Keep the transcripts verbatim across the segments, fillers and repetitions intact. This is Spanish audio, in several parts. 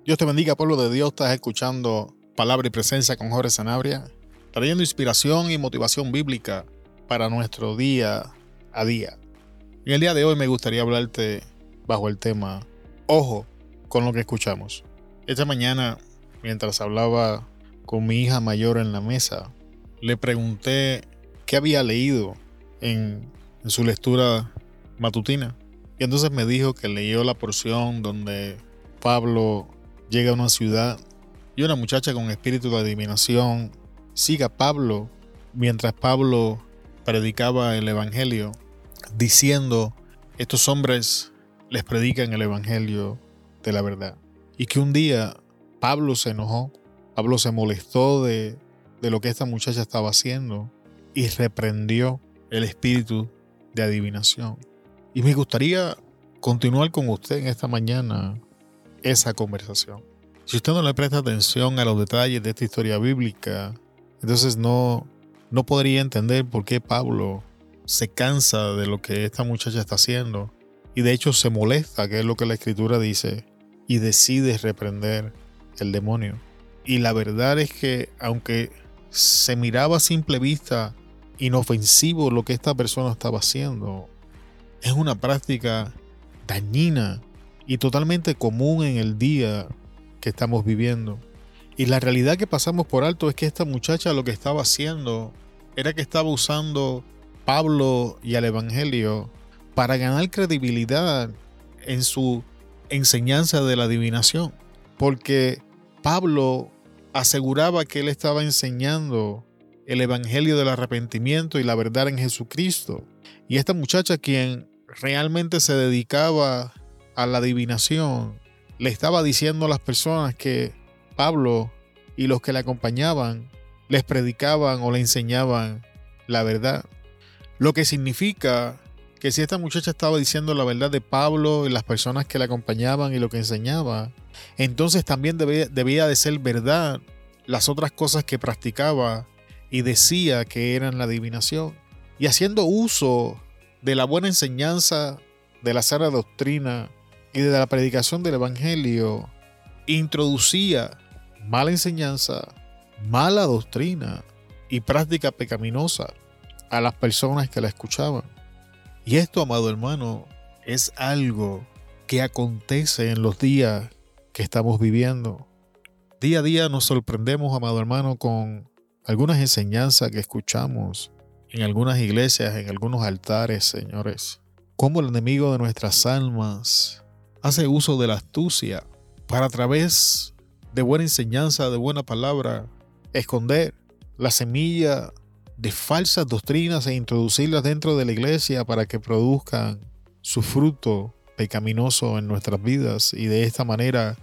Dios te bendiga, pueblo de Dios. Estás escuchando Palabra y Presencia con Jorge Sanabria, trayendo inspiración y motivación bíblica para nuestro día a día. En el día de hoy me gustaría hablarte bajo el tema Ojo con lo que escuchamos. Esta mañana, mientras hablaba con mi hija mayor en la mesa, le pregunté qué había leído en, en su lectura matutina. Y entonces me dijo que leyó la porción donde Pablo llega a una ciudad y una muchacha con espíritu de adivinación sigue a Pablo mientras Pablo predicaba el evangelio, diciendo: estos hombres les predican el evangelio de la verdad. Y que un día Pablo se enojó, Pablo se molestó de, de lo que esta muchacha estaba haciendo y reprendió el espíritu de adivinación. Y me gustaría continuar con usted en esta mañana esa conversación. Si usted no le presta atención a los detalles de esta historia bíblica, entonces no, no podría entender por qué Pablo se cansa de lo que esta muchacha está haciendo y de hecho se molesta, que es lo que la Escritura dice, y decide reprender el demonio. Y la verdad es que aunque se miraba a simple vista inofensivo lo que esta persona estaba haciendo, es una práctica dañina y totalmente común en el día que estamos viviendo. Y la realidad que pasamos por alto es que esta muchacha lo que estaba haciendo era que estaba usando Pablo y al evangelio para ganar credibilidad en su enseñanza de la adivinación. Porque Pablo aseguraba que él estaba enseñando el evangelio del arrepentimiento y la verdad en Jesucristo. Y esta muchacha, quien realmente se dedicaba a la adivinación, le estaba diciendo a las personas que Pablo y los que le acompañaban les predicaban o le enseñaban la verdad. Lo que significa que si esta muchacha estaba diciendo la verdad de Pablo y las personas que le acompañaban y lo que enseñaba, entonces también debía, debía de ser verdad las otras cosas que practicaba y decía que eran la adivinación. Y haciendo uso de la buena enseñanza de la sana doctrina y de la predicación del evangelio, introducía mala enseñanza, mala doctrina y práctica pecaminosa a las personas que la escuchaban. Y esto, amado hermano, es algo que acontece en los días que estamos viviendo. Día a día nos sorprendemos, amado hermano, con algunas enseñanzas que escuchamos en algunas iglesias, en algunos altares, señores. Cómo el enemigo de nuestras almas hace uso de la astucia para, a través de buena enseñanza, de buena palabra, esconder la semilla de falsas doctrinas e introducirlas dentro de la iglesia para que produzcan su fruto pecaminoso en nuestras vidas y de esta manera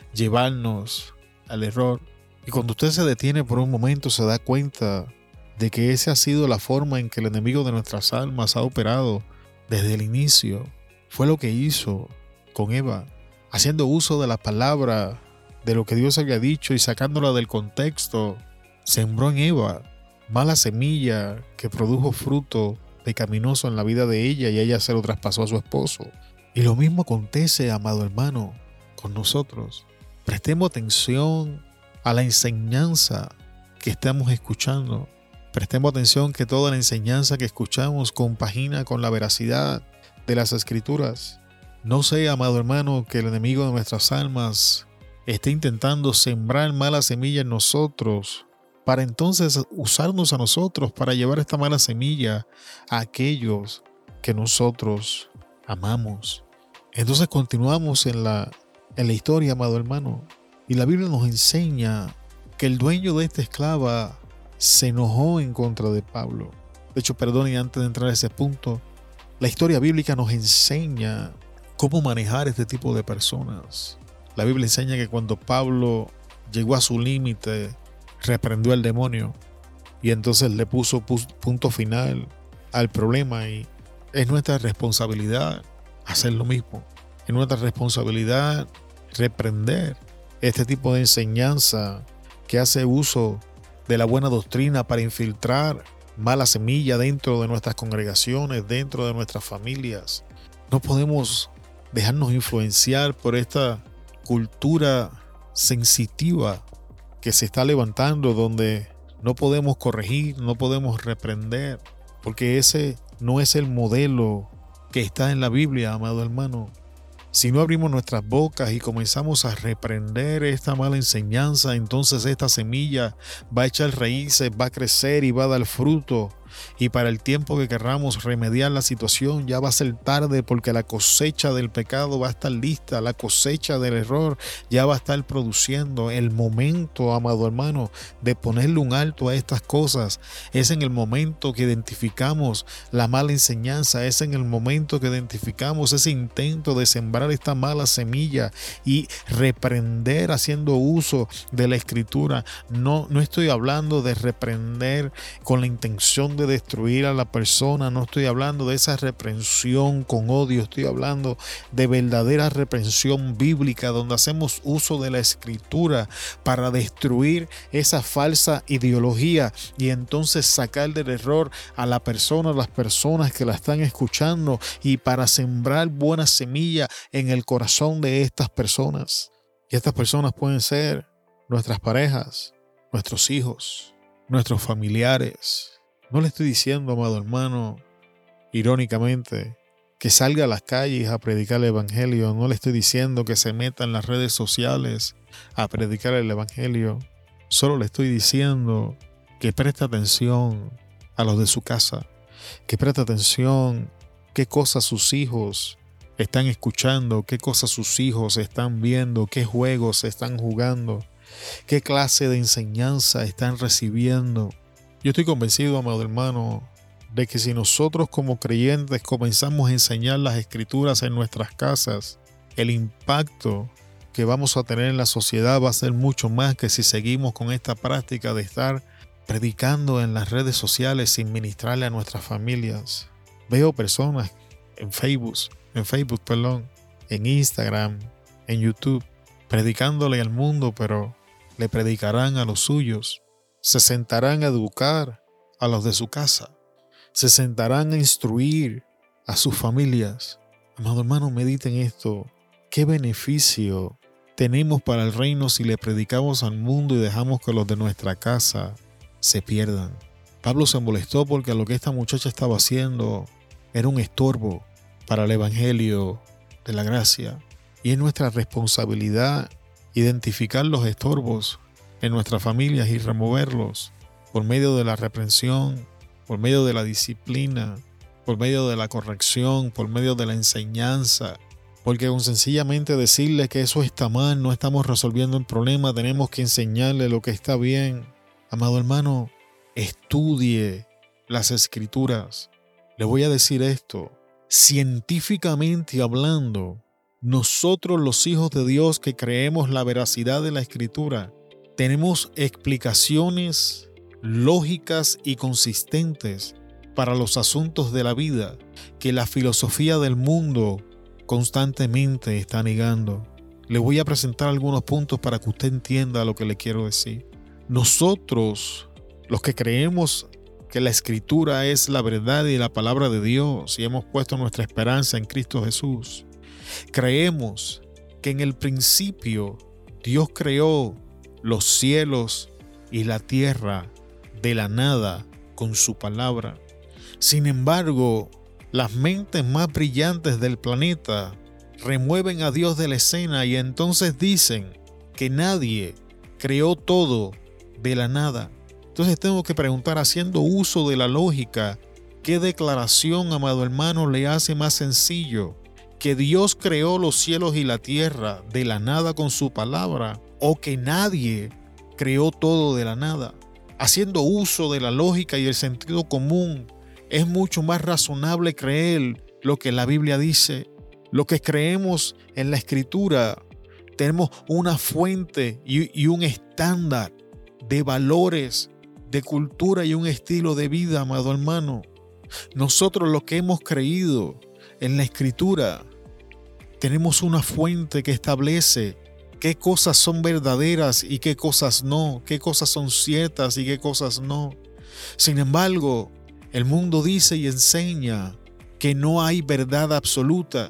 llevarnos al error. Y cuando usted se detiene por un momento, se da cuenta de que esa ha sido la forma en que el enemigo de nuestras almas ha operado desde el inicio. Fue lo que hizo con Eva, haciendo uso de la palabra, de lo que Dios había dicho y sacándola del contexto. Sembró en Eva mala semilla que produjo fruto pecaminoso en la vida de ella y ella se lo traspasó a su esposo. Y lo mismo acontece, amado hermano, con nosotros. Prestemos atención a la enseñanza que estamos escuchando. Prestemos atención que toda la enseñanza que escuchamos compagina con la veracidad de las Escrituras. No sea, amado hermano, que el enemigo de nuestras almas esté intentando sembrar mala semilla en nosotros para entonces usarnos a nosotros para llevar esta mala semilla a aquellos que nosotros amamos. Entonces continuamos en la, en la historia, amado hermano, y la Biblia nos enseña que el dueño de esta esclava se enojó en contra de Pablo. De hecho, perdón, y antes de entrar a ese punto, la historia bíblica nos enseña cómo manejar este tipo de personas. La Biblia enseña que cuando Pablo llegó a su límite, reprendió al demonio y entonces le puso punto final al problema. Y es nuestra responsabilidad hacer lo mismo. Es nuestra responsabilidad reprender este tipo de enseñanza que hace uso de la buena doctrina para infiltrar mala semilla dentro de nuestras congregaciones, dentro de nuestras familias. No podemos dejarnos influenciar por esta cultura sensitiva que se está levantando, donde no podemos corregir, no podemos reprender, porque ese no es el modelo que está en la Biblia, amado hermano. Si no abrimos nuestras bocas y comenzamos a reprender esta mala enseñanza, entonces esta semilla va a echar raíces, va a crecer y va a dar fruto. Y para el tiempo que querramos remediar la situación ya va a ser tarde, porque la cosecha del pecado va a estar lista, la cosecha del error ya va a estar produciendo. El momento, amado hermano, de ponerle un alto a estas cosas es en el momento que identificamos la mala enseñanza, es en el momento que identificamos ese intento de sembrar esta mala semilla y reprender haciendo uso de la escritura. No, no estoy hablando de reprender con la intención de destruir a la persona, no estoy hablando de esa reprensión con odio, estoy hablando de verdadera reprensión bíblica, donde hacemos uso de la escritura para destruir esa falsa ideología y entonces sacar del error a la persona, a las personas que la están escuchando, y para sembrar buena semilla en el corazón de estas personas. Y estas personas pueden ser nuestras parejas, nuestros hijos, nuestros familiares. No le estoy diciendo, amado hermano, irónicamente, que salga a las calles a predicar el evangelio. No le estoy diciendo que se meta en las redes sociales a predicar el evangelio. Solo le estoy diciendo que preste atención a los de su casa, que preste atención qué cosas sus hijos están escuchando, qué cosas sus hijos están viendo, qué juegos están jugando, qué clase de enseñanza están recibiendo. Yo estoy convencido, amado hermano, de que si nosotros como creyentes comenzamos a enseñar las escrituras en nuestras casas, el impacto que vamos a tener en la sociedad va a ser mucho más que si seguimos con esta práctica de estar predicando en las redes sociales sin ministrarle a nuestras familias. Veo personas en Facebook, en Facebook, perdón, en Instagram, en YouTube, predicándole al mundo, pero le predicarán a los suyos. Se sentarán a educar a los de su casa. Se sentarán a instruir a sus familias. Amado hermano, mediten esto. ¿Qué beneficio tenemos para el reino si le predicamos al mundo y dejamos que los de nuestra casa se pierdan? Pablo se molestó porque lo que esta muchacha estaba haciendo era un estorbo para el evangelio de la gracia. Y es nuestra responsabilidad identificar los estorbos en nuestras familias y removerlos por medio de la reprensión, por medio de la disciplina, por medio de la corrección, por medio de la enseñanza. Porque con sencillamente decirle que eso está mal, no estamos resolviendo el problema, tenemos que enseñarle lo que está bien. Amado hermano, estudie las escrituras. Le voy a decir esto, científicamente hablando, nosotros los hijos de Dios que creemos la veracidad de la escritura, tenemos explicaciones lógicas y consistentes para los asuntos de la vida que la filosofía del mundo constantemente está negando. Le voy a presentar algunos puntos para que usted entienda lo que le quiero decir. Nosotros, los que creemos que la escritura es la verdad y la palabra de Dios y hemos puesto nuestra esperanza en Cristo Jesús, creemos que en el principio Dios creó los cielos y la tierra de la nada con su palabra. Sin embargo, las mentes más brillantes del planeta remueven a Dios de la escena y entonces dicen que nadie creó todo de la nada. Entonces tengo que preguntar, haciendo uso de la lógica, ¿qué declaración, amado hermano, le hace más sencillo? ¿Que Dios creó los cielos y la tierra de la nada con su palabra, o que nadie creó todo de la nada? Haciendo uso de la lógica y el sentido común, es mucho más razonable creer lo que la Biblia dice. Lo que creemos en la Escritura, tenemos una fuente y, y un estándar de valores, de cultura y un estilo de vida, amado hermano. Nosotros, lo que hemos creído en la Escritura, tenemos una fuente que establece qué cosas son verdaderas y qué cosas no, qué cosas son ciertas y qué cosas no. Sin embargo, el mundo dice y enseña que no hay verdad absoluta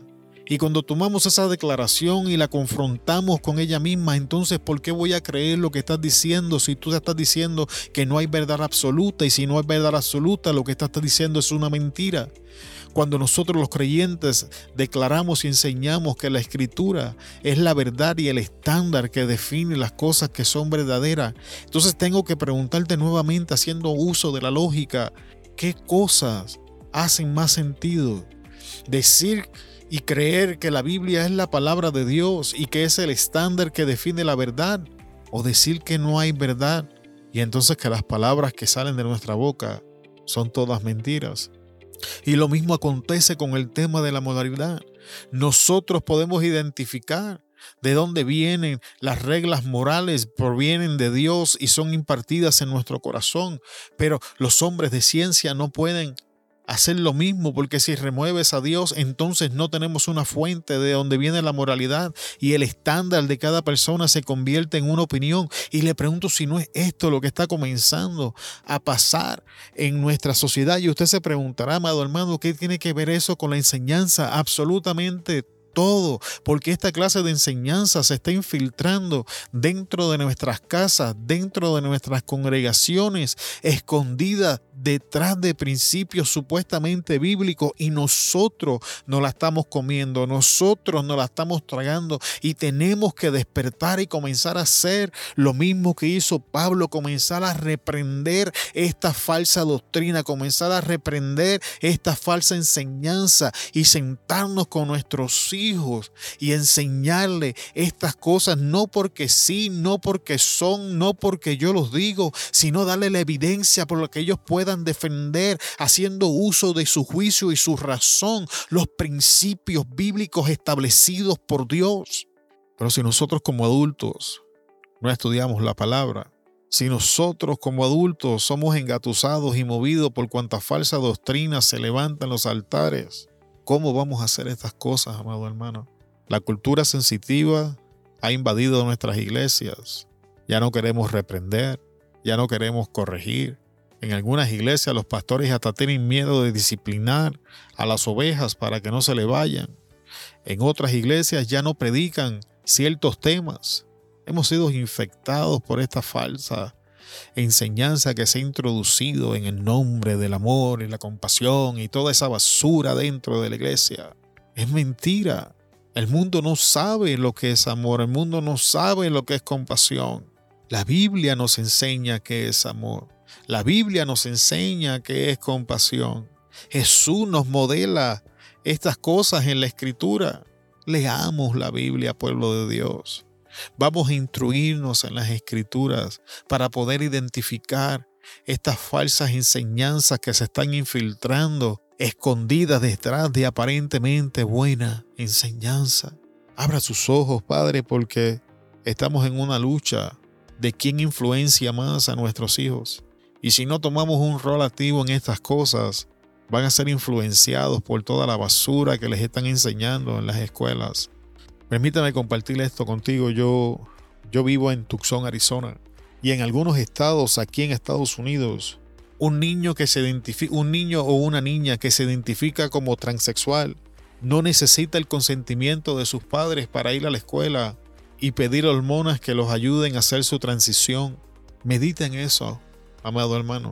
Y cuando tomamos esa declaración y la confrontamos con ella misma, entonces, ¿por qué voy a creer lo que estás diciendo si tú estás diciendo que no hay verdad absoluta? Y si no hay verdad absoluta, lo que estás diciendo es una mentira. Cuando nosotros los creyentes declaramos y enseñamos que la Escritura es la verdad y el estándar que define las cosas que son verdaderas, entonces tengo que preguntarte nuevamente, haciendo uso de la lógica, ¿qué cosas hacen más sentido? Decir y creer que la Biblia es la palabra de Dios y que es el estándar que define la verdad, o decir que no hay verdad y entonces que las palabras que salen de nuestra boca son todas mentiras. Y lo mismo acontece con el tema de la moralidad. Nosotros podemos identificar de dónde vienen las reglas morales, provienen de Dios y son impartidas en nuestro corazón, pero los hombres de ciencia no pueden hacer lo mismo, porque si remueves a Dios, entonces no tenemos una fuente de donde viene la moralidad y el estándar de cada persona se convierte en una opinión. Y le pregunto si no es esto lo que está comenzando a pasar en nuestra sociedad. Y usted se preguntará, amado hermano, ¿qué tiene que ver eso con la enseñanza? Absolutamente todo, porque esta clase de enseñanza se está infiltrando dentro de nuestras casas, dentro de nuestras congregaciones, escondida detrás de principios supuestamente bíblicos, y nosotros nos la estamos comiendo, nosotros nos la estamos tragando, y tenemos que despertar y comenzar a hacer lo mismo que hizo Pablo, comenzar a reprender esta falsa doctrina, comenzar a reprender esta falsa enseñanza y sentarnos con nuestros hijos y enseñarle estas cosas, no porque sí, no porque son, no porque yo los digo, sino darle la evidencia por la que ellos puedan defender, haciendo uso de su juicio y su razón, los principios bíblicos establecidos por Dios. Pero si nosotros como adultos no estudiamos la palabra, si nosotros como adultos somos engatusados y movidos por cuanta falsa doctrina se levanta en los altares, ¿cómo vamos a hacer estas cosas, amado hermano? La cultura sensitiva ha invadido nuestras iglesias. Ya no queremos reprender, ya no queremos corregir. En algunas iglesias los pastores hasta tienen miedo de disciplinar a las ovejas para que no se le vayan. En otras iglesias ya no predican ciertos temas. Hemos sido infectados por esta falsa enseñanza que se ha introducido en el nombre del amor y la compasión y toda esa basura dentro de la iglesia. Es mentira. El mundo no sabe lo que es amor. El mundo no sabe lo que es compasión. La Biblia nos enseña qué es amor. La Biblia nos enseña qué es compasión. Jesús nos modela estas cosas en la Escritura. Leamos la Biblia, pueblo de Dios. Vamos a instruirnos en las Escrituras para poder identificar estas falsas enseñanzas que se están infiltrando, escondidas detrás de aparentemente buena enseñanza. Abra sus ojos, Padre, porque estamos en una lucha de quién influencia más a nuestros hijos. Y si no tomamos un rol activo en estas cosas, van a ser influenciados por toda la basura que les están enseñando en las escuelas. Permítame compartir esto contigo. Yo, yo vivo en Tucson, Arizona, y en algunos estados aquí en Estados Unidos, un niño que se identifica, un niño o una niña que se identifica como transexual no necesita el consentimiento de sus padres para ir a la escuela y pedir hormonas que los ayuden a hacer su transición. Medita en eso, amado hermano.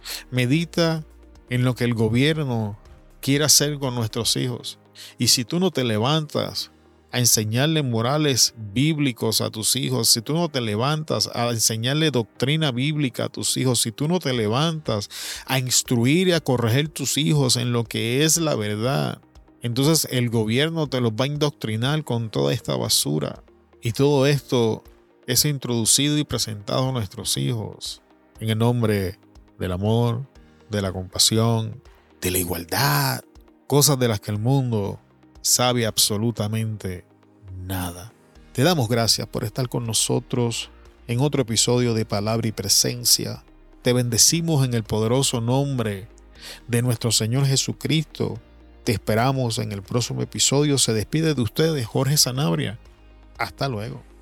Medita en lo que el gobierno quiere hacer con nuestros hijos. Y si tú no te levantas a enseñarle morales bíblicos a tus hijos, si tú no te levantas a enseñarle doctrina bíblica a tus hijos, si tú no te levantas a instruir y a corregir tus hijos en lo que es la verdad, entonces el gobierno te los va a indoctrinar con toda esta basura. Y todo esto es introducido y presentado a nuestros hijos en el nombre del amor, de la compasión, de la igualdad, cosas de las que el mundo sabe absolutamente nada. Te damos gracias por estar con nosotros en otro episodio de Palabra y Presencia. Te bendecimos en el poderoso nombre de nuestro Señor Jesucristo. Te esperamos en el próximo episodio. Se despide de ustedes Jorge Sanabria. Hasta luego.